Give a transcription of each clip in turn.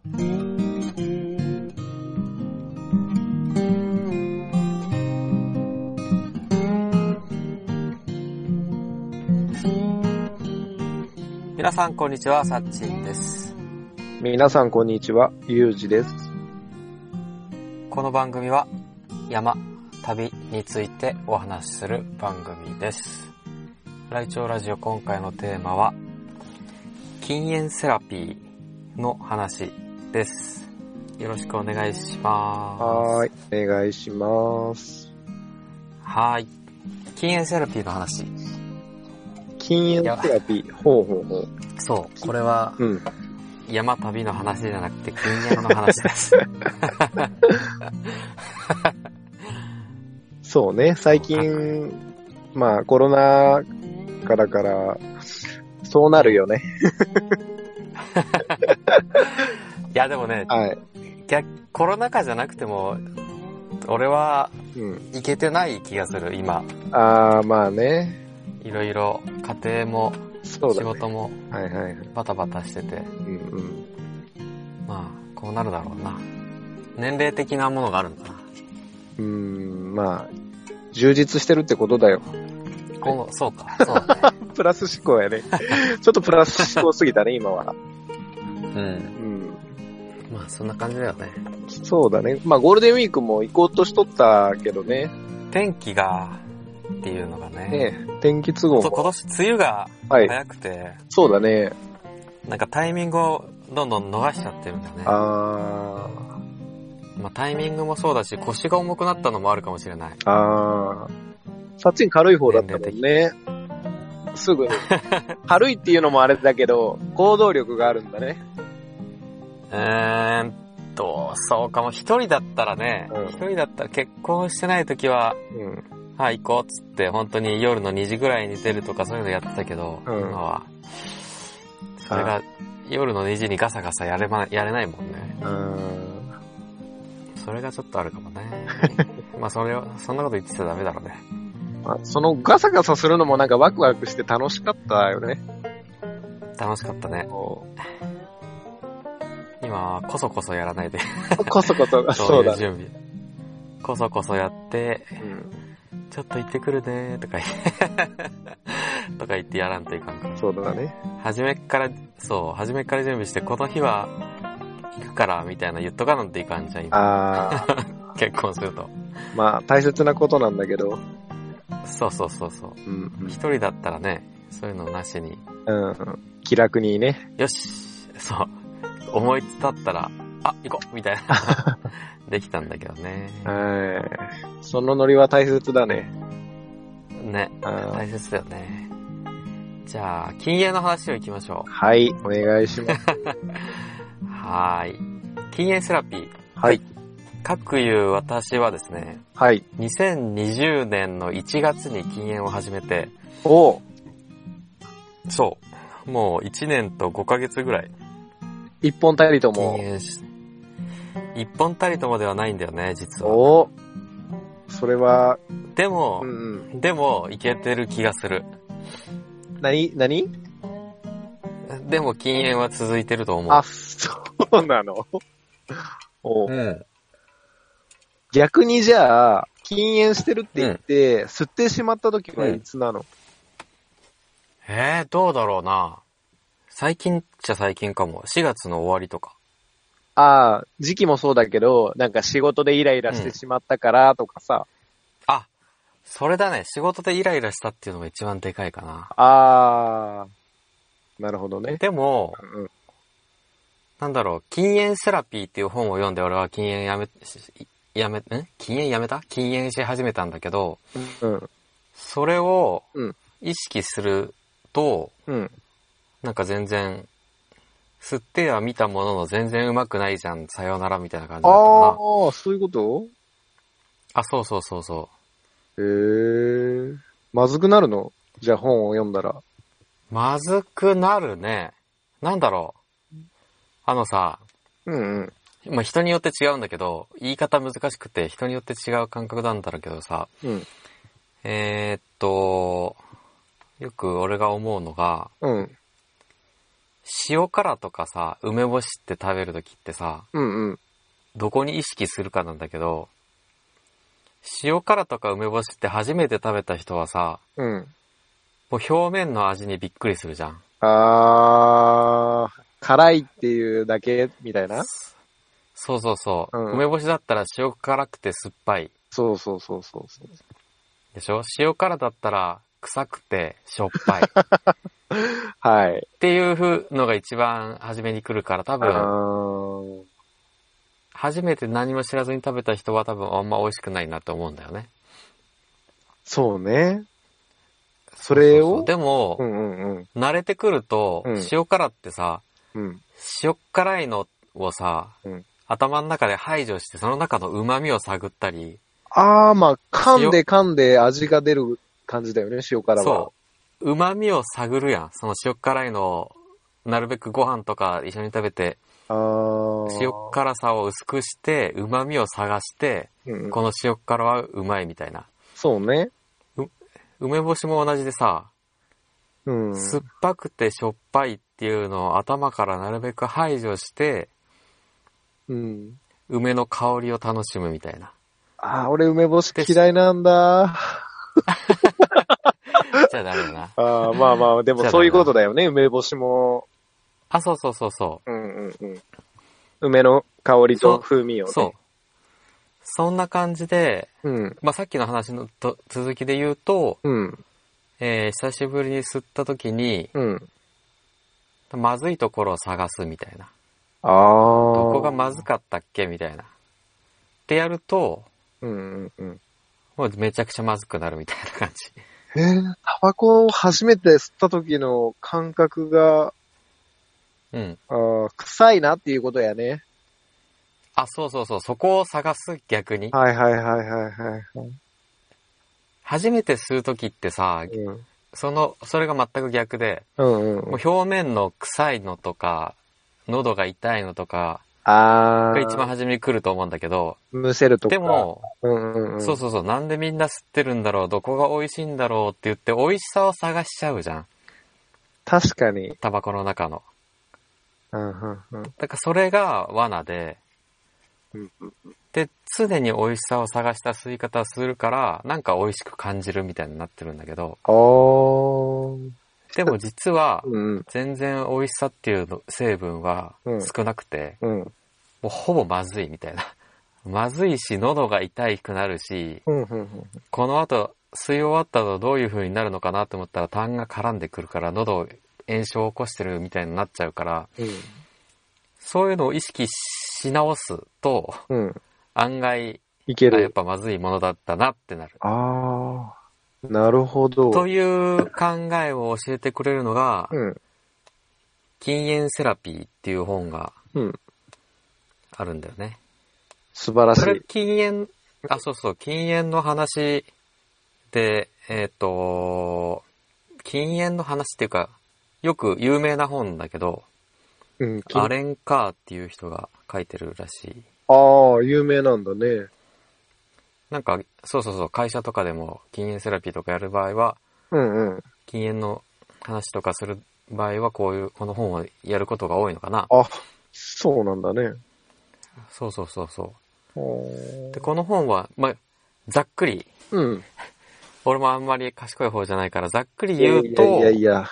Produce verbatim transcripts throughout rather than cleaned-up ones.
皆さんこんにちは、さっちんです。 皆さんこんにちは、ゆうじです。 この番組は山、旅についてお話しする番組です。ライチョウラジオ、今回のテーマは禁煙セラピーの話です。よろしくお願いします。 はーい、お願いします。 はーい。禁煙セラピーの話。 禁煙セラピー。ほうほうほう。 そう、これは、うん、山旅の話じゃなくて禁煙の話です。 そうね、最近、まあコロナ禍だから、そうなるよね。 いやでもね、はい、逆コロナ禍じゃなくても、俺は、いけてない気がする、今。 ああ、まあね。 いろいろ家庭も仕事もバタバタしてて、うんうん、まあこうなるだろうな。年齢的なものがあるんだな。 うーん、まあ充実してるってことだよ。 こうそうか、そうだね。 プラス思考やね。ちょっとプラス思考すぎたね今は。 うん。うん。まあそんな感じだよね。 そうだね。まあゴールデンウィークも行こうとしとったけどね。 天気がっていうのがね。 ねえ、天気都合も。 今年梅雨が早くて、はい、 そうだね。 なんかタイミングをどんどん逃しちゃってるんだよね。あー。まあタイミングもそうだし、腰が重くなったのもあるかもしれない。 あー。さっちん軽い方だったもんね。すぐに。軽いっていうのもあれだけど、行動力があるんだね。 うーんと、そうかも。一人だったらね、一、うん、人だったら結婚してない時は、うんはい、行こうっつって、本当に夜のにじぐらいに出るとかそういうのやってたけど、うん、今は、それが夜のにじにガサガサやれま、やれないもんね。うん。それがちょっとあるかもね。まあそれを、そんなこと言ってちゃダメだろうね。 まあ、そのガサガサするのもなんかワクワクして楽しかったよね。 楽しかったね。今はこそこそやらないで。 こそこそ、 そういう準備。こそこそやって、うんちょっと行ってくるねーとか言ってとか言ってやらんといかんから。 そうだね。 初めから、そう、初めから準備して、この日は行くからみたいな言っとかなんといかんじゃん、今。あ結婚すると。 まあ、大切なことなんだけど。 そうそうそうそう。うんうん、一人だったらね、そういうのなしに。 うん、うん。気楽にね。 よし、そう。思いつたったら、あ、行こうみたいな。できたんだけどね。 はい。そのノリは大切だね。 ね。大切だよね。じゃあ、禁煙の話をいきましょう。 はい。お願いします。 はい。禁煙セラピー。 はい。 かくいう私はですね。 はい。 にせんにじゅうねんのいちがつに禁煙を始めて。 おそう。もういちねんとごかげつぐらい。 一本たりとも。 禁煙し一本たりともではないんだよね、実は。 おそれは。 でも、うんうん、でも、いけてる気がする。 なになにでも、禁煙は続いてると思う。 あ、そうなのお、うん、逆にじゃあ、禁煙してるって言って、うん、吸ってしまった時はいつなの、うん、 えー、どうだろうな。最近っちゃ最近かも。しがつの終わりとか。 ああ、時期もそうだけど、なんか仕事でイライラしてしまったからとかさ。 うん、あ、それだね。仕事でイライラしたっていうのが一番でかいかな。 ああ、なるほどね。 でも、うん、なんだろう、禁煙セラピーっていう本を読んで俺は禁煙やめ、やめ、ん禁煙やめた禁煙し始めたんだけど、うん、それを意識すると、うん、なんか全然、吸っては見たものの全然うまくないじゃん、さよならみたいな感じだったかな。 ああ、そういうこと？ あ、そうそうそうそう。 へえ。まずくなるの？じゃあ本を読んだら。 まずくなるね。なんだろう。あのさ、 うんうん。 まあ、人によって違うんだけど、言い方難しくて人によって違う感覚なんだろうけどさ、うん、えー、っと、よく俺が思うのが、うん、 塩辛とかさ、梅干しって食べるときってさ、 うんうん。 どこに意識するかなんだけど、塩辛とか梅干しって初めて食べた人はさ、 うん。 もう表面の味にびっくりするじゃん。 あー、辛いっていうだけみたいな。 そうそうそう、 うん。 梅干しだったら塩辛くて酸っぱい。 そうそうそうそうそう。 でしょ？塩辛だったら臭くてしょっぱい。 はい。 っていうのが一番初めに来るから多分、初めて何も知らずに食べた人は多分あんま美味しくないなって思うんだよね。 そうね。それをそうそうそうでも、 うんうんうん、 慣れてくると、うん、塩辛ってさ、 うん、 塩辛いのをさ、うん、頭の中で排除してその中の旨味を探ったり。 あー、まあ、噛んで噛んで味が出る感じだよね、塩辛は。 そう。旨味を探るやん。その塩辛いのを、なるべくご飯とか一緒に食べて、 あ塩辛さを薄くして、旨味を探して、うん、この塩辛はうまいみたいな。 そうね。 梅干しも同じでさ、 うん、 酸っぱくてしょっぱいっていうのを頭からなるべく排除して、 うん、 梅の香りを楽しむみたいな。 ああ、俺梅干し嫌いなんだ。 じゃあダメだな。 ああ、まあまあ、でもそういうことだよね、梅干しも。 あ、そうそうそうそう。うんうんうん。梅の香りと風味をね。 そう。そんな感じで、 うん、 まあさっきの話のと続きで言うと、 うん、 えー、久しぶりに吸った時に、 うん、 まずいところを探すみたいな。 ああ。 どこがまずかったっけみたいな。ってやると、 うんうんうん、 もうめちゃくちゃまずくなるみたいな感じ。 えー、タバコを初めて吸った時の感覚が、 うん。 あ、臭いなっていうことやね。 あ、そうそうそう。そこを探す逆に。 はいはいはいはいはい。 初めて吸うときってさ、うん、その、それが全く逆で、 うんうんうん、 もう表面の臭いのとか、喉が痛いのとか、 あが一番初めに来ると思うんだけど、 むせるとか。 でも、 うんうんうん、 そうそうそう、なんでみんな吸ってるんだろう、どこが美味しいんだろうって言って美味しさを探しちゃうじゃん。 確かに。 タバコの中の。 うんうんうん、 だからそれが罠で、 うんうんうん、 で、常に美味しさを探した吸い方をするから、なんか美味しく感じるみたいになってるんだけど、でも実は、全然美味しさっていう成分は少なくて、 うんうん、 もうほぼまずいみたいな。まずいし、喉が痛くなるし、 うんうんうん、 この後、吸い終わった後どういう風になるのかなと思ったら痰が絡んでくるから、喉炎症を起こしてるみたいになっちゃうから、うん、そういうのを意識し直すと、うん、案外、 いける。 やっぱまずいものだったなってなる。 ああ。なるほど。 という考えを教えてくれるのが、 うん、 禁煙セラピーっていう本があるんだよね。 素晴らしい。 これ禁煙、あ、そうそう、禁煙の話で、えっと、禁煙の話っていうか、よく有名な本だけど、うん、アレン・カーっていう人が書いてるらしい。 ああ、有名なんだね。 なんか、そうそうそう、会社とかでも禁煙セラピーとかやる場合は、 うんうん、 禁煙の話とかする場合は、こういう、この本をやることが多いのかな。 あ、そうなんだね。 そうそうそうそう。で、この本は、まあ、ざっくり、 うん。 俺もあんまり賢い方じゃないから、ざっくり言うと、 いやいやいや。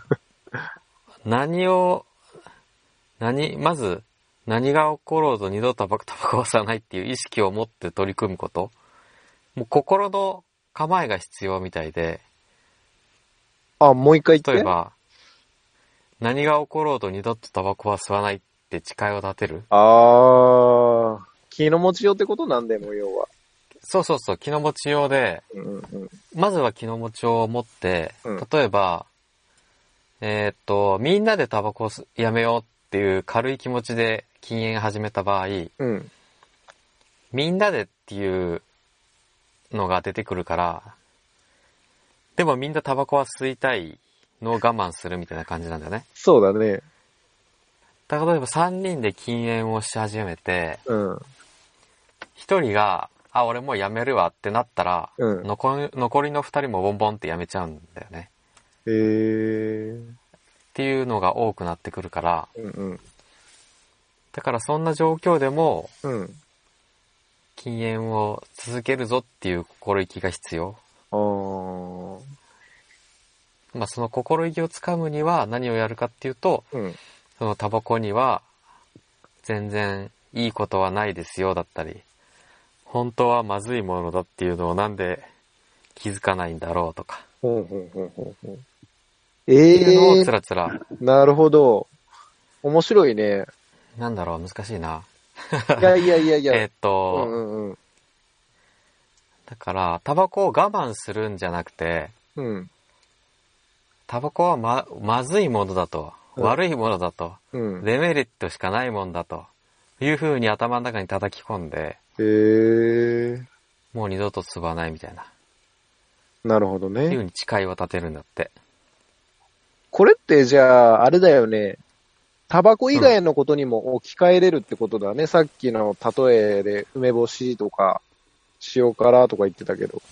何を、何、まず、何が起ころうと二度とタバコ、タバコを吸わないっていう意識を持って取り組むこと。もう心の構えが必要みたいで。 あ、もう一回言って。 例えば、何が起ころうと二度とタバコは吸わないって誓いを立てる。 あー、気の持ちようってことなんでも、要は。 そうそうそう、気の持ちようで、うんうん、まずは気の持ちようを持って、うん、例えば、えー、っと、みんなでタバコをやめようっていう軽い気持ちで禁煙始めた場合、うん、みんなでっていうのが出てくるから、でもみんなタバコは吸いたいのを我慢するみたいな感じなんだよね。 そうだね。 だから例えばさんにんで禁煙をし始めて、うん、ひとりが、あ、俺もうやめるわってなったら、うん、残り、残りのふたりもボンボンってやめちゃうんだよね。 へー。 っていうのが多くなってくるから、 うんうん、 だからそんな状況でも、 うん、 禁煙を続けるぞっていう心意気が必要。 あー、 まあその心意気をつかむには何をやるかっていうと、 うん、 そのタバコには全然いいことはないですよだったり、本当はまずいものだっていうのをなんで気づかないんだろうとか。 ほうほうほうほうほう。 ええー。っていうのをつらつら。 なるほど。面白いね。 なんだろう、難しいな。 いやいやいやいや。 えっと、 うんうんうん、 だから、タバコを我慢するんじゃなくて、 うん、 タバコはま、まずいものだと、うん、悪いものだと、うん、デメリットしかないもんだと、いう風に頭の中に叩き込んで、 へー、 もう二度と吸わないみたいな。 なるほどね。 っていう風に誓いを立てるんだって。 これってじゃあ、あれだよね。タバコ以外のことにも置き換えれるってことだね。うん、さっきの例えで梅干しとか塩辛とか言ってたけど。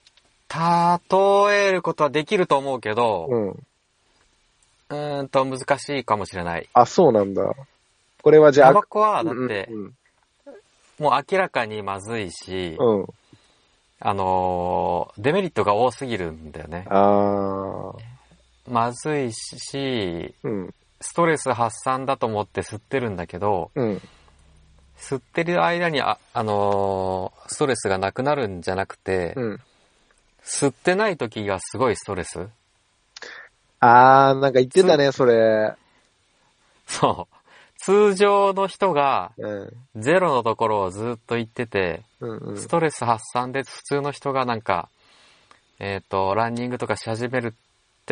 例えることはできると思うけど、うん、うーんと難しいかもしれない。 あ、そうなんだ。これはじゃあ。 タバコはだって、うんうんうん、もう明らかにまずいし、うん、あのー、デメリットが多すぎるんだよね。あまずいし、うん、ストレス発散だと思って吸ってるんだけど、うん、吸ってる間にあ、あのー、ストレスがなくなるんじゃなくて、うん、吸ってない時がすごいストレス。 あー、なんか言ってたね、それ。 そう。通常の人が、ゼロのところをずっと言ってて、うんうん、ストレス発散で普通の人がなんか、えっと、ランニングとかし始めるって、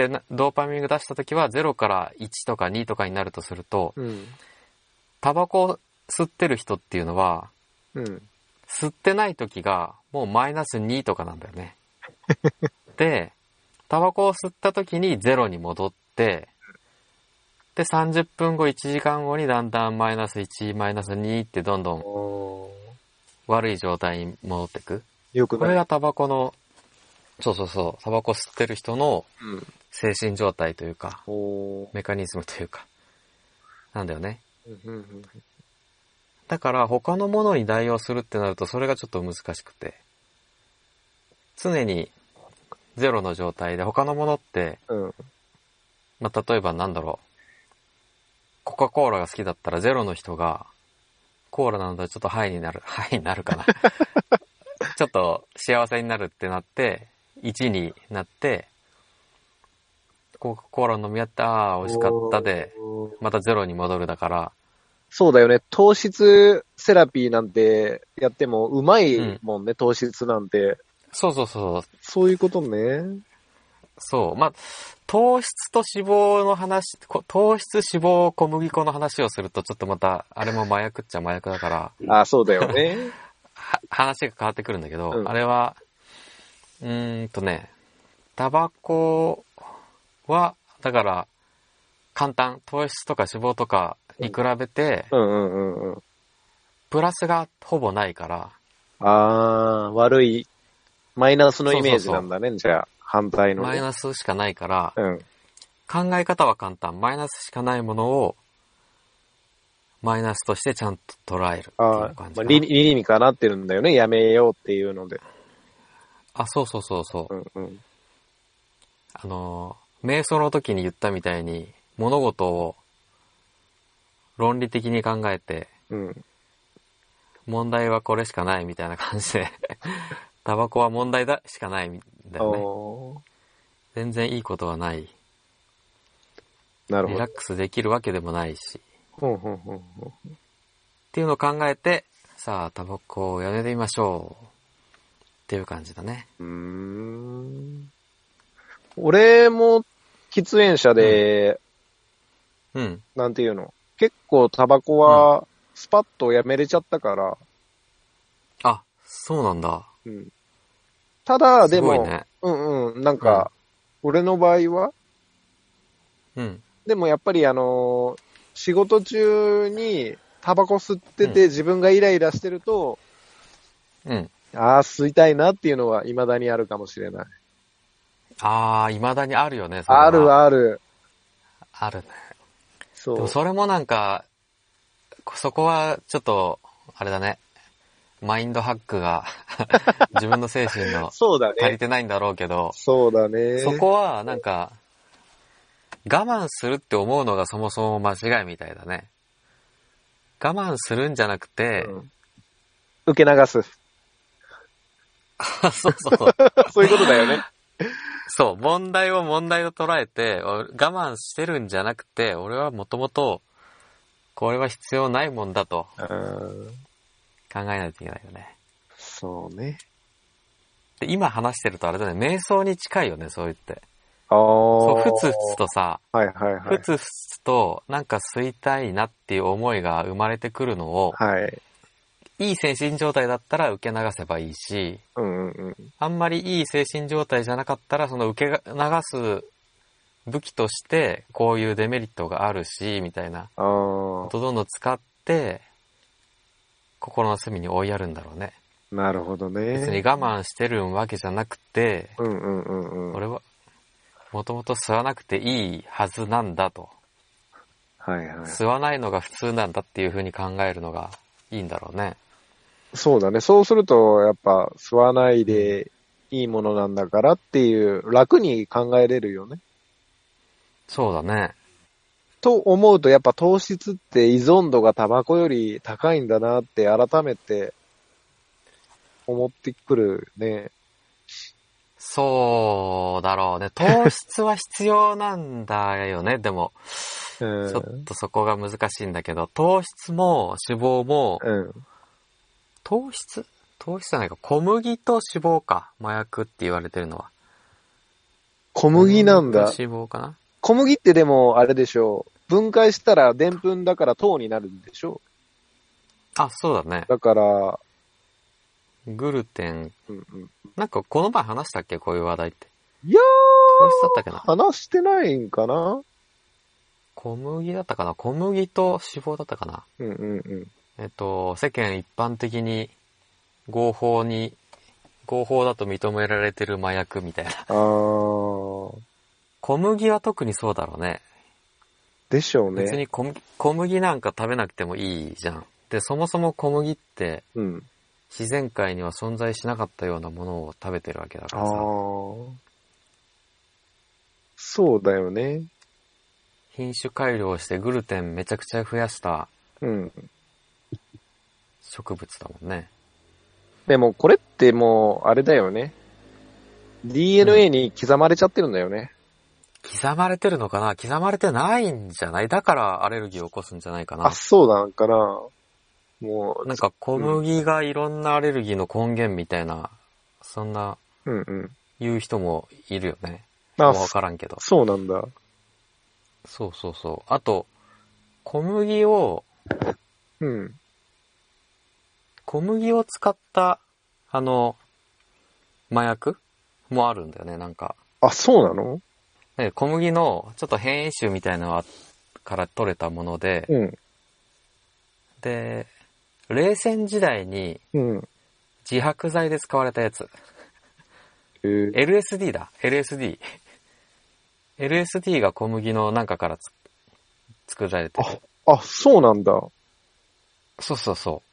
ドーパミング出した時はゼロからいちとかにとかになるとすると、うん、タバコを吸ってる人っていうのは、うん、吸ってない時がもうマイナスにとかなんだよね。で、タバコを吸った時にゼロに戻って、で、さんじゅっぷんご、いちじかんごにだんだんマイナスいち、マイナスにってどんどん悪い状態に戻っていく。よくない。これがタバコの、そうそうそう、タバコ吸ってる人の精神状態というか、うん、メカニズムというか、なんだよね。だから他のものに代用するってなるとそれがちょっと難しくて、常にゼロの状態で他のものって、うん、まあ、例えばなんだろう、コカ・コーラが好きだったらゼロの人がコーラなのでちょっとハイになる、ハイになるかな。ちょっと幸せになるってなって、いちになって、コカ・コーラ飲み合って、ああ、美味しかったで、またゼロに戻るだから。 そうだよね。糖質セラピーなんてやってもうまいもんね、うん、糖質なんて。 そうそうそう。 そういうことね。 そう。まあ、糖質と脂肪の話、糖質、脂肪、小麦粉の話をするとちょっとまた、あれも麻薬っちゃ麻薬だから。 ああ、そうだよね。 話が変わってくるんだけど、うん、あれは、うーんとね、タバコは、だから、簡単、糖質とか脂肪とかに比べて、うんうんうんうん、プラスがほぼないから。 ああ、悪い、マイナスのイメージなんだね、そうそうそう、じゃあ。反対の、ね。 マイナスしかないから、うん、考え方は簡単。マイナスしかないものを、マイナスとしてちゃんと捉えるっていう感じかな。 あ、まあ、理, 理にかなってるんだよね。やめようっていうので。 あ、そうそうそうそう。うんうん、あの、瞑想の時に言ったみたいに、物事を論理的に考えて、うん、問題はこれしかないみたいな感じで、タバコは問題だしかないんだよね。全然いいことはない。なるほど。リラックスできるわけでもないし。ほうほうほうほうっていうのを考えて、さあ、タバコをやめてみましょう。っていう感じだね。うーん。 俺も喫煙者で、うん。うん、なんていうの、結構タバコはスパッとやめれちゃったから。うん、 あ、そうなんだ。うん。 ただ、でも、ね、うんうん、なんか、うん、俺の場合は、うん。でもやっぱりあのー、仕事中にタバコ吸ってて自分がイライラしてると、うん。ああ、吸いたいなっていうのは未だにあるかもしれない。 ああ、未だにあるよね、 それは。あるある。 あるね。 そう。 でもそれもなんか、そこはちょっと、あれだね。マインドハックが自分の精神の足りてないんだろうけど、 そうだね。 そこはなんか、我慢するって思うのがそもそも間違いみたいだね。我慢するんじゃなくて、うん、 受け流す。 そうそう。 そういうことだよね。 そう、問題を問題を捉えて、我慢してるんじゃなくて、俺はもともと、これは必要ないもんだと、考えないといけないよね。 そうね。 で今話してるとあれだね、瞑想に近いよね、そう言って。 あそう、ふつふつとさ、 はいはいはい。 ふつふつとなんか吸いたいなっていう思いが生まれてくるのを、 はい。 いい精神状態だったら受け流せばいいし、 うんうんうん、 あんまりいい精神状態じゃなかったら、その受け流す武器としてこういうデメリットがあるし、みたいなことどんどん使って、心の隅に追いやるんだろうね。 なるほどね。 別に我慢してるわけじゃなくて、 うんうんうんうん、 俺はもともと吸わなくていいはずなんだと。 はいはい。 吸わないのが普通なんだっていう風に考えるのがいいんだろうね。 そうだね。そうすると、やっぱ、吸わないでいいものなんだからっていう、楽に考えれるよね。 そうだね。 と思うと、やっぱ糖質って依存度がタバコより高いんだなって改めて思ってくるね。 そうだろうね。糖質は必要なんだよね、でも。ちょっとそこが難しいんだけど、糖質も脂肪も、 うん、 糖質糖質じゃないか。小麦と脂肪か。麻薬って言われてるのは。 小麦なんだ。 小麦と脂肪かな。 小麦ってでも、あれでしょう。分解したら澱粉だから糖になるんでしょう。 あ、そうだね。 だから、 グルテン。 うんうん、 なんかこの前話したっけこういう話題って。 いや糖質だったっけな。 話してないんかな。 小麦だったかな。小麦と脂肪だったかな。 うんうんうん。 えっと、世間一般的に合法に、合法だと認められてる麻薬みたいな。 あー。 小麦は特にそうだろうね。 でしょうね。 別に小麦、小麦なんか食べなくてもいいじゃん。で、そもそも小麦って、うん、自然界には存在しなかったようなものを食べてるわけだからさ。あー。 そうだよね。 品種改良してグルテンめちゃくちゃ増やした植物だもんね。 でもこれってもうあれだよね。ディーエヌエー に刻まれちゃってるんだよね。 うん、刻まれてるのかな？刻まれてないんじゃない？だからアレルギーを起こすんじゃないかな。 あ、そうなんかな。もう。 なんか小麦がいろんなアレルギーの根源みたいな、そんな、言う人もいるよね。うんうん、わからんけど。 そうなんだ。 そうそうそう。あと、小麦を、 うん。 小麦を使った、あの、麻薬もあるんだよね、なんか。 あ、そうなの？ 小麦のちょっと変異種みたいなのから取れたもので、うん、で、冷戦時代に、自白剤で使われたやつ。うん、エルエスディー だ、エルエスディー。エルエスディー が小麦の中からつ作られてる。 あ、あ、そうなんだ。 そうそうそう。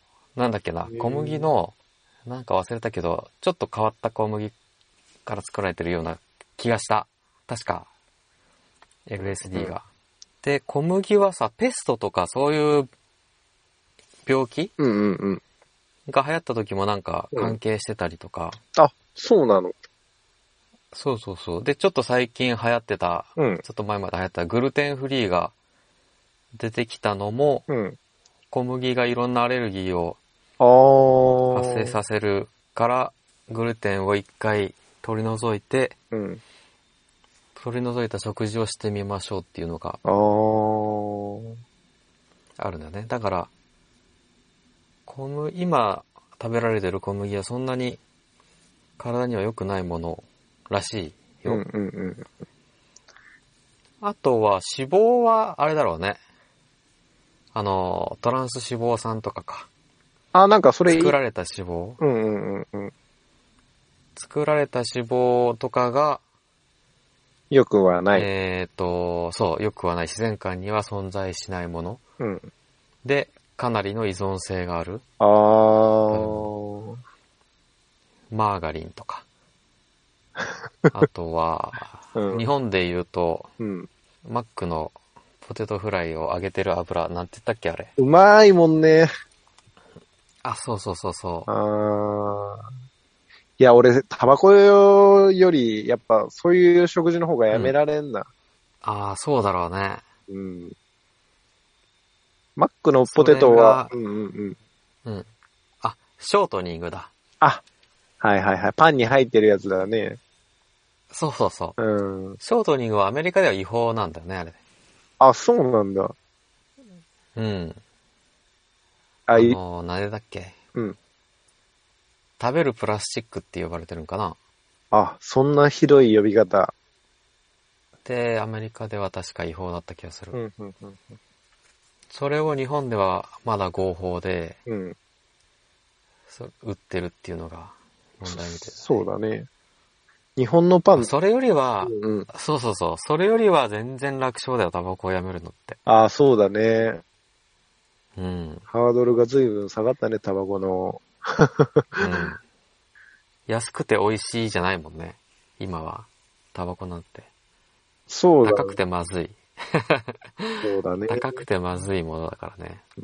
なんだっけな、小麦の、なんか忘れたけど、ちょっと変わった小麦から作られてるような気がした。確か、エルエスディー が。うん、で、小麦はさ、ペストとかそういう病気、 うんうんうん、 が流行った時もなんか関係してたりとか。 うん、あ、そうなの。 そうそうそう。で、ちょっと最近流行ってた、うん、ちょっと前まで流行ったグルテンフリーが出てきたのも、うん、小麦がいろんなアレルギーを発生させるから、グルテンを一回取り除いて、うん、取り除いた食事をしてみましょうっていうのがあるんだよね。だから、小麦、今食べられてる小麦はそんなに体には良くないものらしいよ。うんうんうん、あとは脂肪はあれだろうね。あの、トランス脂肪酸とかか。 あ、なんかそれ作られた脂肪、 うんうんうんうん、 作られた脂肪とかがよくはない。 えっと、そう、よくはない。自然界には存在しないもの。 うん。 で、かなりの依存性がある。 あー。 マーガリンとか。あとは、うん、日本で言うと、うん、マックのポテトフライを揚げてる油、なんて言ったっけあれ。 うまいもんね。 あ、そうそうそうそう。 あー。いや、俺、タバコより、やっぱ、そういう食事の方がやめられんな。うん、 ああ、そうだろうね。 うん。マックのポテトは、うんうんうん。 うん。あ、ショートニングだ。 あ、はいはいはい。パンに入ってるやつだね。 そうそうそう。 うん。 ショートニングはアメリカでは違法なんだよね、あれ。 あ、そうなんだ。 うん。あ、あのー、何だっけ。うん。食べるプラスチックって呼ばれてるんかな。 あ、そんなひどい呼び方。 で、アメリカでは確か違法だった気がする。 うんうんうん、 それを日本ではまだ合法で、 うん、 売ってるっていうのが問題みたいだね。 そうだね。日本のパン。 それよりは、うんうん、そうそうそう。それよりは全然楽勝だよ、タバコをやめるのって。 ああ、そうだね。 うん。 ハードルが随分下がったね、タバコの。 うん。安くて美味しいじゃないもんね。今は。タバコなんて。 そうだね。 高くてまずい。 そうだね。 高くてまずいものだからね。 うん。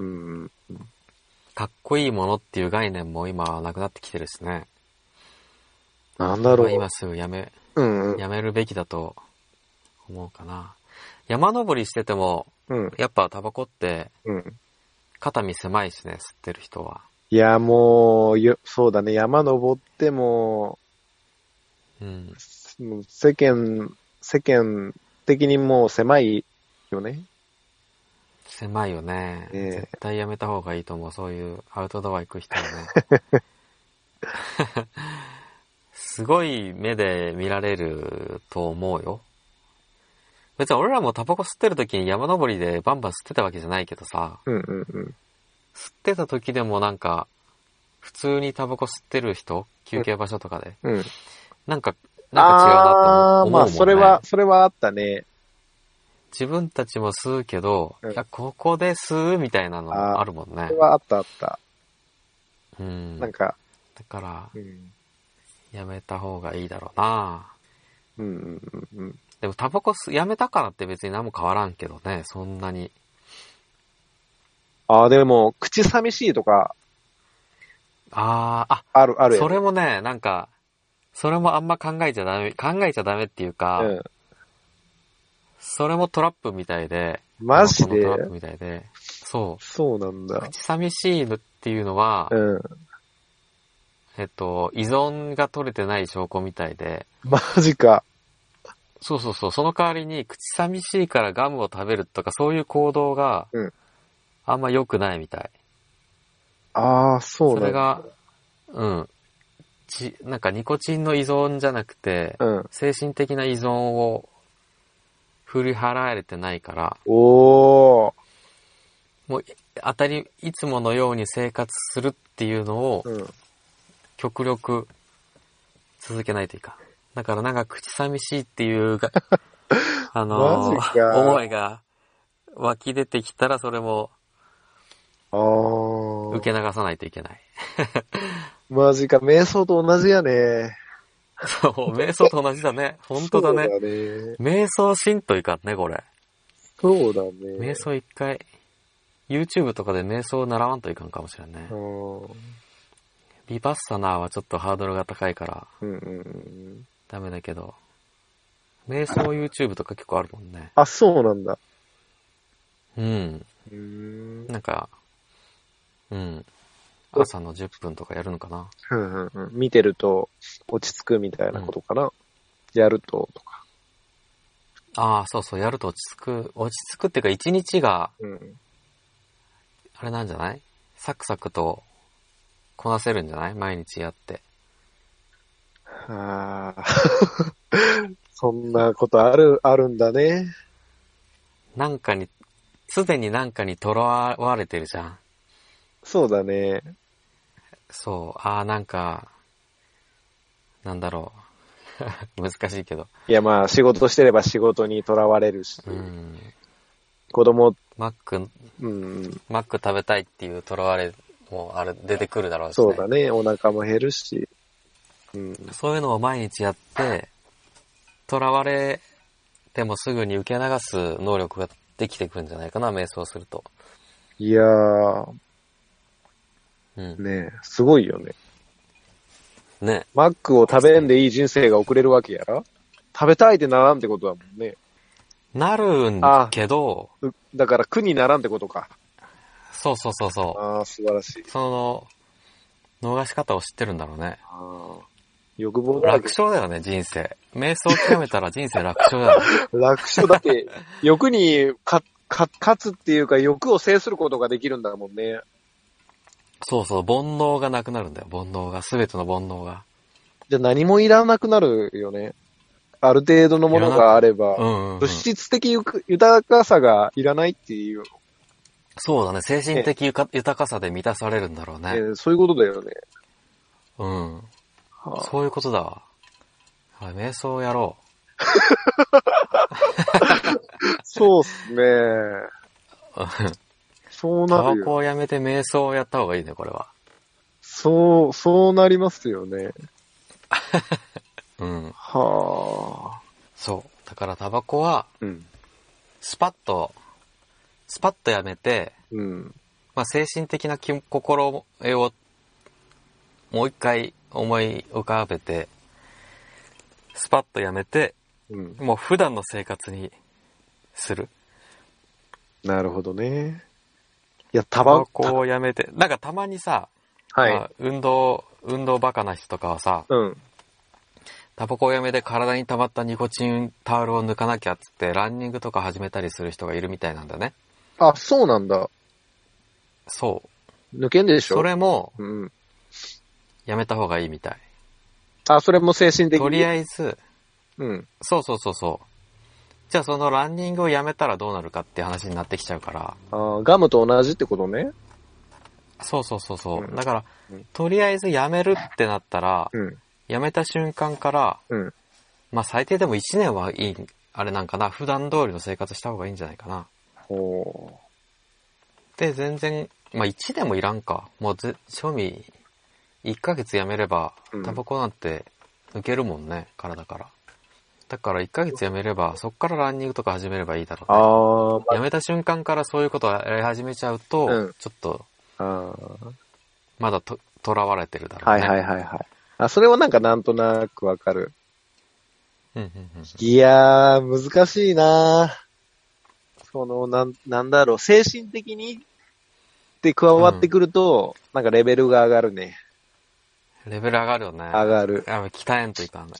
かっこいいものっていう概念も今はなくなってきてるしね。 なんだろう。 今すぐやめ、 うんうん、 やめるべきだと思うかな。山登りしてても、うん、やっぱタバコって、肩身狭いしね、吸ってる人は。 いや、もう、よ、そうだね、山登っても、うん、世間、世間的にもう狭いよね。 狭いよね。えー、絶対やめた方がいいと思う。そういうアウトドア行く人はね。すごい目で見られると思うよ。別に俺らもタバコ吸ってる時に山登りでバンバン吸ってたわけじゃないけどさ。 うんうんうん、 吸ってた時でもなんか、普通にタバコ吸ってる人休憩場所とかで。うん、なんか、なんか違うなって思うもんね。まあ、 それは、それはあったね。 自分たちも吸うけど、うん、いや、ここで吸うみたいなのあるもんね。 それはあったあった。 うん。 なんか。 だから、うん、やめた方がいいだろうな。 うんうんうんうん。 でもタバコやめたからって別に何も変わらんけどね、そんなに。 ああ、でも、口寂しいとか。 ああ、あ、 ある、ある。 それもね、なんか、それもあんま考えちゃダメ、考えちゃダメっていうか、うん、それもトラップみたいで、 マジで？ トラップみたいで、そう。 そうなんだ。 口寂しいっていうのは、うん、えっと、依存が取れてない証拠みたいで。 マジか。 そうそうそう。その代わりに、口寂しいからガムを食べるとか、そういう行動が、あんま良くないみたい。 うん、ああ、そうなんだ。 それが、うん。ち、なんかニコチンの依存じゃなくて、うん、精神的な依存を振り払えれてないから、 おー。 もう、当たり、いつものように生活するっていうのを、うん、極力続けないといいか。だからなんか口寂しいっていうが、あのー、思いが湧き出てきたらそれも、受け流さないといけない。 マジか、瞑想と同じやね。 そう、瞑想と同じだね。本当だね。 そうだね。 瞑想しんといかんね、これ。 そうだね。 瞑想一回、YouTube とかで瞑想を習わんといかんかもしれんね。ビパッサナーはちょっとハードルが高いから、うんうんうん、ダメだけど、瞑想 YouTube とか結構あるもんね。 あ、そうなんだ。 うん。うーんなんか、うん。朝のじゅっぷんとかやるのかな。 うんうんうん。見てると落ち着くみたいなことかな。うん、やるととか。 ああ、そうそう、やると落ち着く。落ち着くっていうか一日が、うん、あれなんじゃない？サクサクとこなせるんじゃない？毎日やって。 ああ。そんなことある、あるんだね。 なんかに、すでになんかにとらわれてるじゃん。 そうだね。 そう、ああ、なんか、なんだろ難しいけど。 いやまあ仕事してれば仕事にとらわれるし、うん、子供、 マック、うん、マック食べたいっていうとらわれもある出てくるだろうし、ね。 そうだね、お腹も減るし、 うん、そういうのを毎日やって、とらわれてもすぐに受け流す能力ができてくるんじゃないかな、瞑想すると。 いやー、うん、ねえ、すごいよね。 ね。 マックを食べんでいい人生が送れるわけやろ？食べたいってならんってことだもんね。 なるんけど、 だから苦にならんってことか。 そうそうそうそう。 ああ、素晴らしい。 その、逃し方を知ってるんだろうね。 ああ。欲望だ。 楽勝だよね、人生。瞑想を極めたら人生楽勝だよね。 楽勝だって、欲にか、か、勝つっていうか欲を制することができるんだもんね。 そうそう、煩悩がなくなるんだよ、煩悩が。すべての煩悩が。 じゃあ何もいらなくなるよね。ある程度のものがあれば、うんうんうん、物質的豊かさがいらないっていう。 そうだね、精神的豊かさで満たされるんだろうね。 えー、そういうことだよね。 うん。はあ、そういうことだわ。はい、瞑想をやろう。 そうっすね。そうなるよ。 タバコをやめて瞑想をやった方がいいね、これは。 そう、そうなりますよね。 うん。 はあ。 そう。だからタバコは、うん、スパッと、スパッとやめて、うん、まあ精神的な心得をもう一回思い浮かべて、スパッとやめて、うん、もう普段の生活にする。 なるほどね。いや、 タバコをやめて、なんかたまにさ、はい、まあ、運動、運動バカな人とかはさ、うん、タバコをやめて体に溜まったニコチンタオルを抜かなきゃっつってランニングとか始めたりする人がいるみたいなんだね。 あ、そうなんだ。 そう。 抜けんでしょ？ それも、うん、やめた方がいいみたい。 あ、それも精神的に。 とりあえず、うん。そうそうそうそう。じゃあそのランニングをやめたらどうなるかって話になってきちゃうから。 あ、ガムと同じってことね。 そうそうそうそう。うん、だから、うん、とりあえずやめるってなったら、うん、やめた瞬間から、うん、まあ最低でもいちねんはいい、あれなんかな、普段通りの生活した方がいいんじゃないかな。ほう。で、全然、まあいちねんもいらんか。もうず、賞味、いっかげつやめれば、タバコなんて抜けるもんね、体から。だからいっかげつやめれば、そっからランニングとか始めればいいだろうね。あ、まあ、やめた瞬間からそういうことをやり始めちゃうと、うん、ちょっと、あ、まだと、囚われてるだろうね。 はいはいはいはい。あ、それはなんかなんとなくわかる。いやー、難しいなー。その、なん、なんだろう、精神的にって加わってくると、うん、なんかレベルが上がるね。 レベル上がるよね。 上がる。 やっぱ鍛えんといかんね。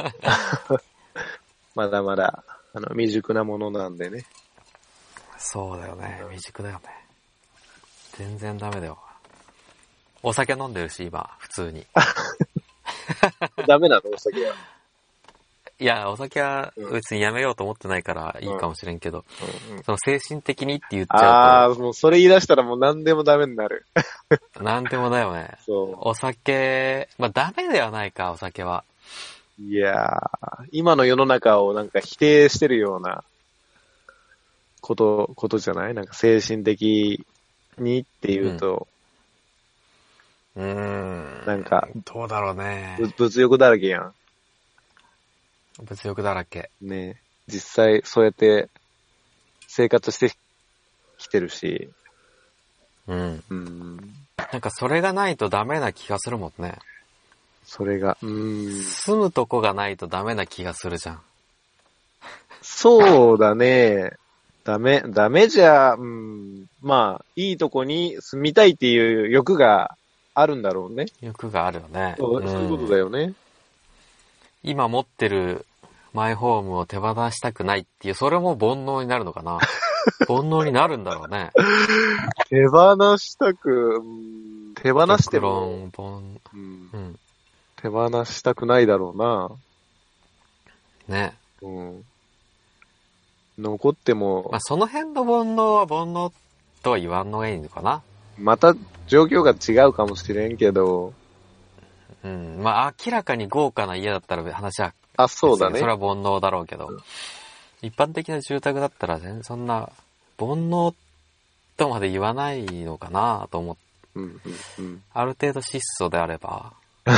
まだまだ、あの、未熟なものなんでね。 そうだよね。未熟だよね。全然ダメだよ。お酒飲んでるし、今、普通に。 ダメなのお酒は。 いや、お酒は別にやめようと思ってないからいいかもしれんけど、うんうん、その精神的にって言っちゃうと。 ああ、もうそれ言い出したらもう何でもダメになる。 何でもだよね。そう。お酒、まあダメではないか、お酒は。 いやー、今の世の中をなんか否定してるようなこと、ことじゃない？なんか精神的にっていうと。 うん。うーんなんか。 どうだろうね。 物欲だらけやん。 物欲だらけ。 ね、実際そうやって生活してきてるし。 うん。うん。なんかそれがないとダメな気がするもんね。 それが、うーん。 住むとこがないとダメな気がするじゃん。 そうだね。ダメ、ダメじゃ、うん。まあ、いいとこに住みたいっていう欲があるんだろうね。 欲があるよね。 そう、うん、そういうことだよね。 今持ってるマイホームを手放したくないっていう、それも煩悩になるのかな。煩悩になるんだろうね。 手放したく、うん、手放しても、 うんうん、 手放したくないだろうな。ね。 うん。残っても。 まあ、その辺の煩悩は煩悩とは言わんのがいいのかな。 また状況が違うかもしれんけど。 うん。まあ、明らかに豪華な家だったら話はあ、そうだね。 それは煩悩だろうけど。うん、一般的な住宅だったら全然そんな、煩悩とまで言わないのかなと思って、 うんうんうん、 ある程度質素であれば。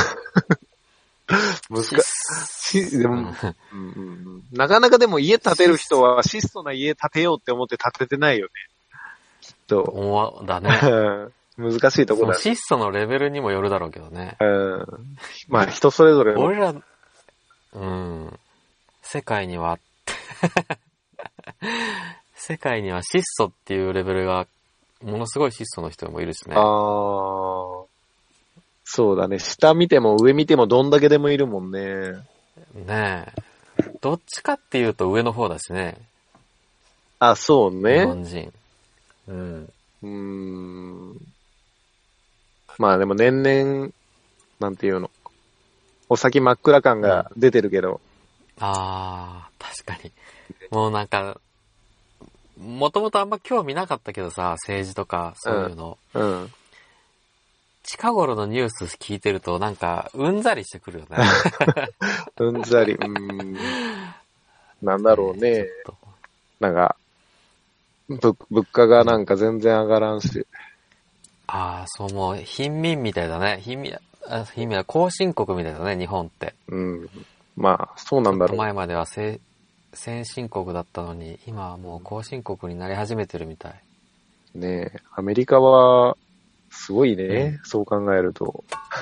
難しい。でも、うんうんうん、なかなかでも家建てる人は質素な家建てようって思って建ててないよね。きっと。 思うだね。 難しいとこだ、ね。 質素のレベルにもよるだろうけどね。 うん。まあ人それぞれの。 俺ら、うん。世界には、世界には質素っていうレベルが、ものすごい質素の人もいるしね。 ああ。そうだね。下見ても上見てもどんだけでもいるもんね。 ねえ。どっちかっていうと上の方だしね。 あ、そうね。 日本人。うん。 うーん。まあでも年々、なんていうの。お先真っ暗感が出てるけど。うん、 ああ、確かに。もうなんか、もともとあんま興味なかったけどさ、政治とかそういうの。うん。うん、近頃のニュース聞いてるとなんか、うんざりしてくるよね。 うんざり、うーん。なんだろうね。ねなんか、物、物価がなんか全然上がらんし。 ああ、そう、もう、貧民みたいだね。貧民、あ貧民は後進国みたいだね、日本って。 うん。まあ、そうなんだろう。 前までは先進国だったのに、今はもう後進国になり始めてるみたい。 ねえ、アメリカは、すごいね、うん、そう考えると。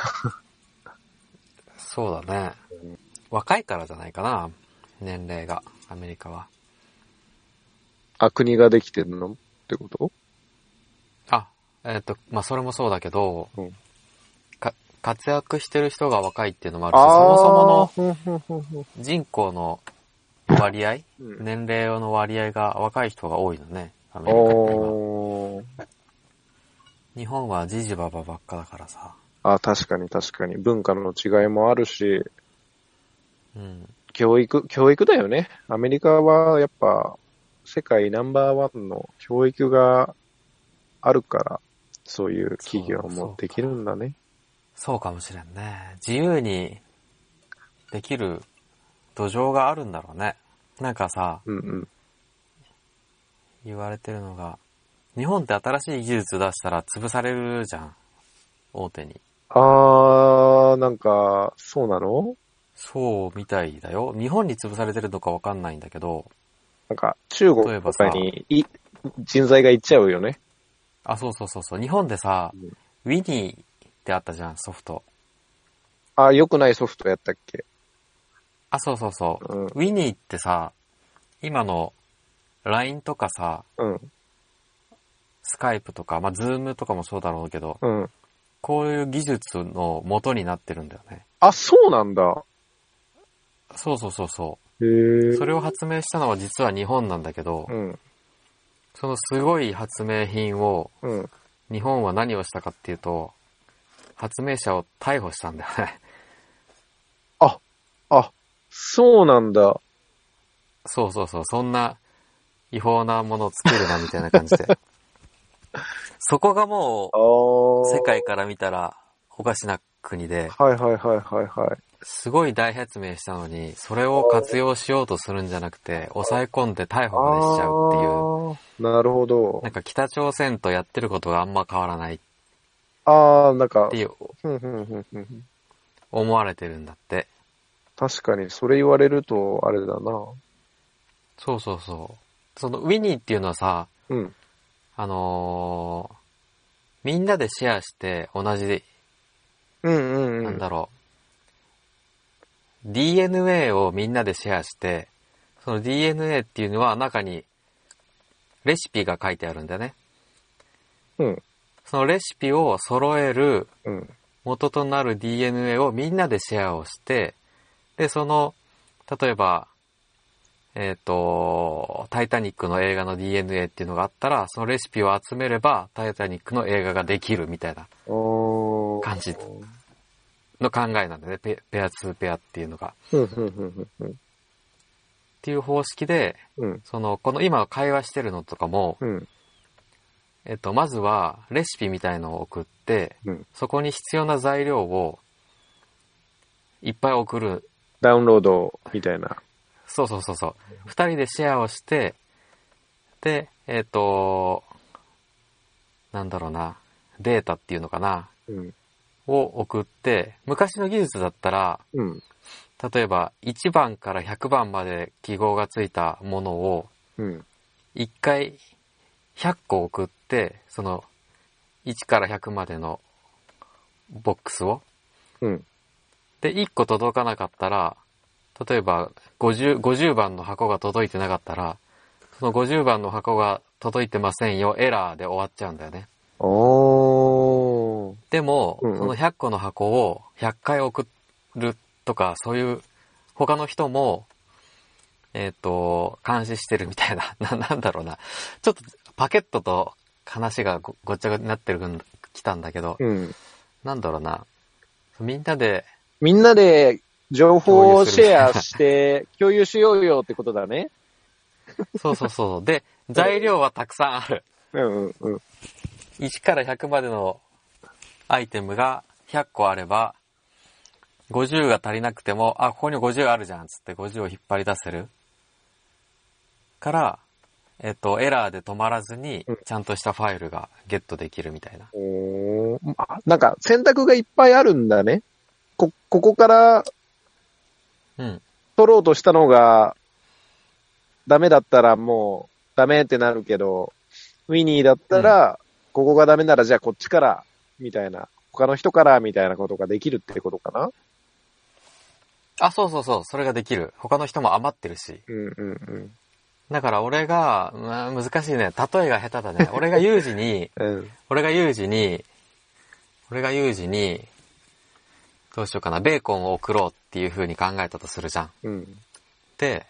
そうだね。若いからじゃないかな、年齢が、アメリカは。 あ、国ができてるのってこと？ あ、えっと、まあ、それもそうだけど、うん、か、活躍してる人が若いっていうのもあるし、そもそもの人口の割合、うん、年齢の割合が若い人が多いのね、アメリカって今。日本はじじばばばっかだからさ。 あ、確かに確かに。文化の違いもあるし、うん、教育、教育だよね。アメリカはやっぱ、世界ナンバーワンの教育があるから、そういう企業もできるんだね。 そう、そうかもしれんね。自由にできる土壌があるんだろうね。なんかさ、うんうん、言われてるのが、日本って新しい技術出したら潰されるじゃん。大手に。 あー、なんか、そうなの？ そうみたいだよ。日本に潰されてるのかわかんないんだけど。 なんか、中国とかにい人材が行っちゃうよね。 あ、そうそうそうそう。日本でさ、うん、ウィニーってあったじゃん、ソフト。 あ、良くないソフトやったっけ？ あ、そうそうそう。うん、ウィニーってさ、今の ライン とかさ、うん、スカイプとか、まあ、ズームとかもそうだろうけど、うん、こういう技術の元になってるんだよね。 あ、そうなんだ。 そうそうそうそう。へー。それを発明したのは実は日本なんだけど、うん、そのすごい発明品を、うん、日本は何をしたかっていうと、発明者を逮捕したんだよね。 あ、あ、そうなんだ。 そうそうそう、そんな違法なものを作るなみたいな感じで。そこがもう、世界から見たらおかしな国で、 はいはいはいはいはい。 すごい大発明したのに、それを活用しようとするんじゃなくて、抑え込んで逮捕までしちゃうっていう。なるほど。 なんか北朝鮮とやってることがあんま変わらない。 ああ、なんか。 っていう。思われてるんだって。 確かに、それ言われると、あれだな。 そうそうそう。そのウィニーっていうのはさ、うん、あのー、みんなでシェアして同じで、うんうんうん、なんだろう。ディーエヌエー をみんなでシェアして、その ディーエヌエー っていうのは中にレシピが書いてあるんだよね。うん。そのレシピを揃える元となる ディーエヌエー をみんなでシェアをして、で、その、例えば、えっと、タイタニックの映画の ディーエヌエー っていうのがあったら、そのレシピを集めれば、タイタニックの映画ができるみたいな感じの考えなんだね。ペ, ペアツーペアっていうのが。っていう方式で、うん、その、この今会話してるのとかも、うん、えっと、まずはレシピみたいのを送って、うん、そこに必要な材料をいっぱい送るダウンロードみたいな。 そうそうそうそう。二人でシェアをして、で、えっと、なんだろうな、データっていうのかな、うん、を送って、昔の技術だったら、うん、例えばいちばんからひゃくばんまで記号がついたものを、いっかいひゃっこ送って、そのいちからひゃくまでのボックスを、うん、で、いっこ届かなかったら、例えばごじゅう、ごじゅうばんの箱が届いてなかったら、そのごじゅうばんの箱が届いてませんよ、エラーで終わっちゃうんだよね。 おー。 でも、うんうん、そのひゃっこの箱をひゃっかい送るとか、そういう他の人も、えっと、監視してるみたいな、な、なんだろうな。ちょっとパケットと話が ご, ごっちゃごちゃになってるきたんだけど、うん、なんだろうな。みんなで、 みんなで情報をシェアして共有しようよってことだね。 そうそうそう。で、材料はたくさんある。 うんうんうん。 いちからひゃくまでのアイテムがひゃっこあれば、ごじゅうが足りなくても、あ、ここにごじゅうあるじゃんつってごじゅうを引っ張り出せる。から、えっと、エラーで止まらずに、ちゃんとしたファイルがゲットできるみたいな。 おー、あ、なんか選択がいっぱいあるんだね。こ、ここから、うん。取ろうとしたのが、ダメだったらもう、ダメってなるけど、ウィニーだったら、うん、ここがダメならじゃあこっちから、みたいな、他の人からみたいなことができるってことかな？ あ、そうそうそう、それができる。他の人も余ってるし。 うんうんうん。 だから俺が、まあ、難しいね。例えが下手だね。俺が有事に、うん、俺が有事に、俺が有事に、どうしようかな、ベーコンを送ろうっていう風に考えたとするじゃん。うん、で、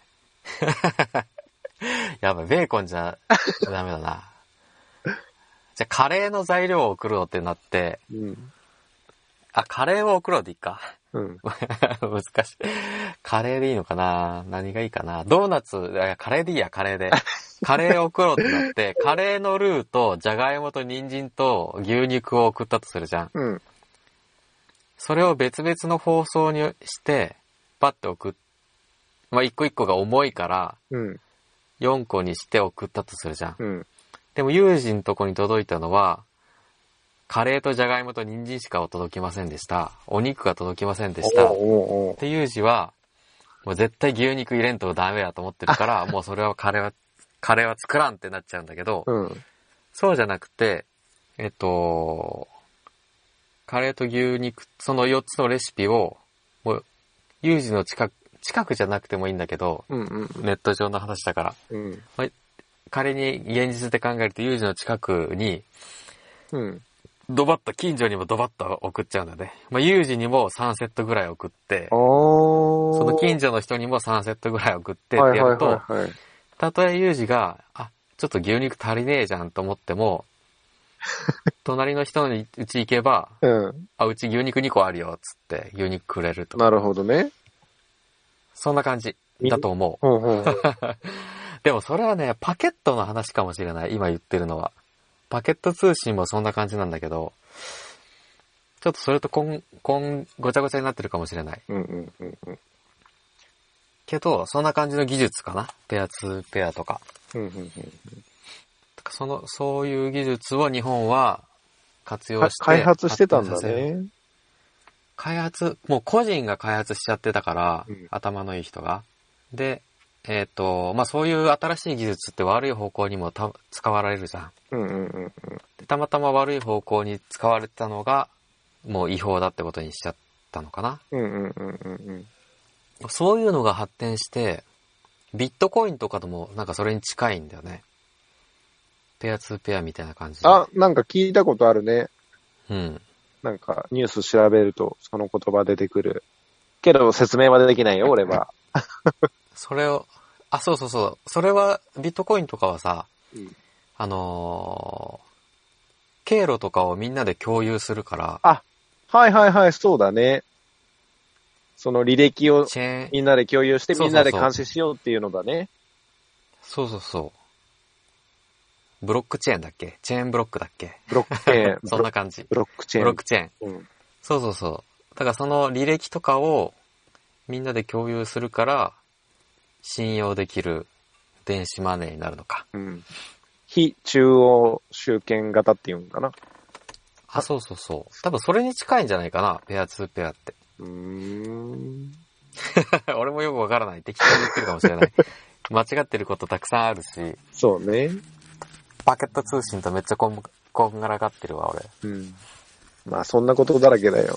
やばい、ベーコンじゃダメだな。じゃあカレーの材料を送ろうってなって、うん、あ、カレーを送ろうでいいか。うん、難しい。カレーでいいのかな？何がいいかな？ドーナツ、いやカレーでいいや、カレーで。カレーを送ろうってなって、カレーのルーと、じゃがいもと人参と牛肉を送ったとするじゃん。うん、それを別々の包装にして、パッて送っ、まあ、一個一個が重いから、うん、よんこにして送ったとするじゃん。うん、でも、有事のとこに届いたのは、カレーとじゃがいもと人参しか届きませんでした。お肉が届きませんでした。っていう字は、もう絶対牛肉入れんとダメだと思ってるから、もうそれはカレーは、カレーは作らんってなっちゃうんだけど、うん、そうじゃなくて、えっと、カレーと牛肉、そのよっつのレシピを、もう、有事の近く、近くじゃなくてもいいんだけど、うんうん、ネット上の話だから、うん、まあ、仮に現実で考えると有事の近くに、うん、ドバッと、近所にもドバッと送っちゃうんだね。まあ、有事にもさんセットぐらい送って、その近所の人にもさんセットぐらい送ってってやると、たとえ有事が、あ、ちょっと牛肉足りねえじゃんと思っても、隣の人のうち行けば、うん、あ、うち牛肉にこあるよ、つって牛肉くれるとか。 なるほどね。 そんな感じだと思う。うんうんうん、でもそれはね、パケットの話かもしれない、今言ってるのは。パケット通信もそんな感じなんだけど、ちょっとそれとこん、こん、ごちゃごちゃになってるかもしれない。うんうんうんうん、けど、そんな感じの技術かな。ペアツーペアとか。うんうんうんうん、その、そういう技術を日本は活用して。 開発してたんだね。 開発、もう個人が開発しちゃってたから、うん、頭のいい人が。で、えっと、まあ、そういう新しい技術って悪い方向にもた使われるじゃん。うんうんうんうん、でたまたま悪い方向に使われてたのが、もう違法だってことにしちゃったのかな。うんうんうんうんうん、そういうのが発展して、ビットコインとかでもなんかそれに近いんだよね。ペアツーペアみたいな感じで。 あ、なんか聞いたことあるね。うん。なんかニュース調べるとその言葉出てくる。けど説明はできないよ、俺は。 それを、あ、そうそうそう。それは、ビットコインとかはさ、うん、あのー、経路とかをみんなで共有するから。 あ、はいはいはい、そうだね。その履歴をみんなで共有してみんなで監視しようっていうのだね。 そうそうそう。ブロックチェーンだっけ？チェーンブロックだっけ？ ブロックチェーン。 そんな感じ。 ブロックチェーン。 ブロックチェーン。うん、そうそうそう。だからその履歴とかをみんなで共有するから、信用できる電子マネーになるのか。 うん。非中央集権型っていうんかな。 あ、そうそうそう。多分それに近いんじゃないかな、ペアツーペアって。 うーん。 俺もよくわからない。適当に言ってるかもしれない。間違ってることたくさんあるし。 そうね。 パケット通信とめっちゃこん、こんがらがってるわ、俺。 うん。まあそんなことだらけだよ。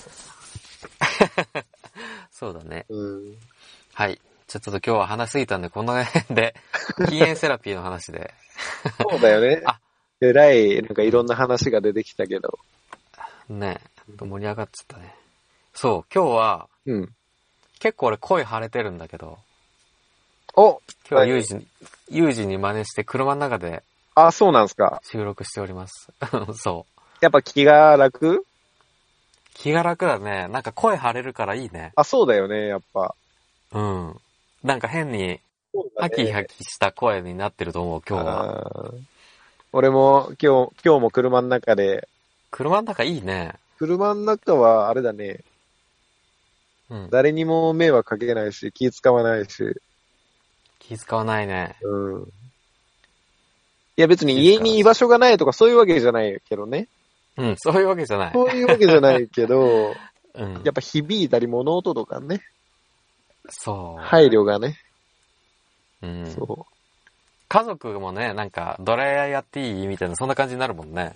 そうだね。 うん。 はい。ちょっと今日は話しすぎたんで、この辺で、禁煙セラピーの話で。 そうだよね。あ、えらい、なんかいろんな話が出てきたけど。 ねえ、盛り上がっちゃったね。そう、今日は、 うん。 結構俺声腫れてるんだけど。 お今日はユージに、ユージに真似して車の中で。 あ、そうなんすか。 収録しております。そう。 やっぱ気が楽？ 気が楽だね。なんか声張れるからいいね。 あ、そうだよね、やっぱ。 うん。なんか変に、ハキハキした声になってると思う、今日は。 俺も今日、今日も車の中で。 車の中いいね。 車の中はあれだね。うん。誰にも迷惑かけないし、気使わないし。 気使わないね。 うん。いや別に家に居場所がないとかそういうわけじゃないけどね。 うん、そういうわけじゃない。 そういうわけじゃないけど、 うん、 やっぱ響いたり物音とかね。 そう。 配慮がね。 うん。 そう。 家族もね、なんか、ドライヤーやっていいみたいな、そんな感じになるもんね。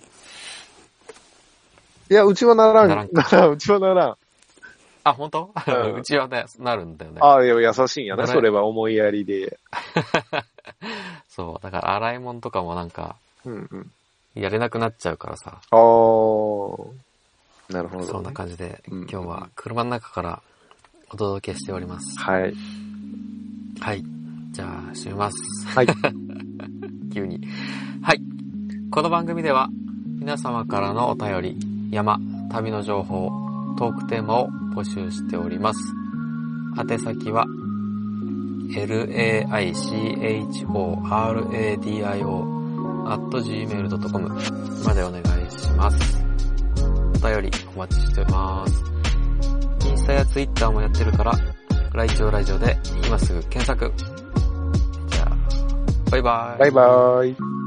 いや、うちはならん。ならん。ならんうちはならん。 あ、本当？うん、うちはね、なるんだよね。 ああ、いや、優しいんやな、それは思いやりで。 そう、だから洗い物とかもなんか、 うんうん。 やれなくなっちゃうからさ。 あー。なるほど、ね。 そんな感じで、うん、今日は車の中からお届けしております。 はい。 はい。じゃあ、閉めます。 はい。 急に。はい。この番組では、皆様からのお便り、山、旅の情報、トークテーマを募集しております。宛先は、エルエーアイシーエイチオーアールエーディーアイオー アットジーメールドットコム までお願いします。お便りお待ちしております。インスタやツイッターもやってるから、ライチョウラジオで今すぐ検索。じゃあ、バイバイ。 バイバイ。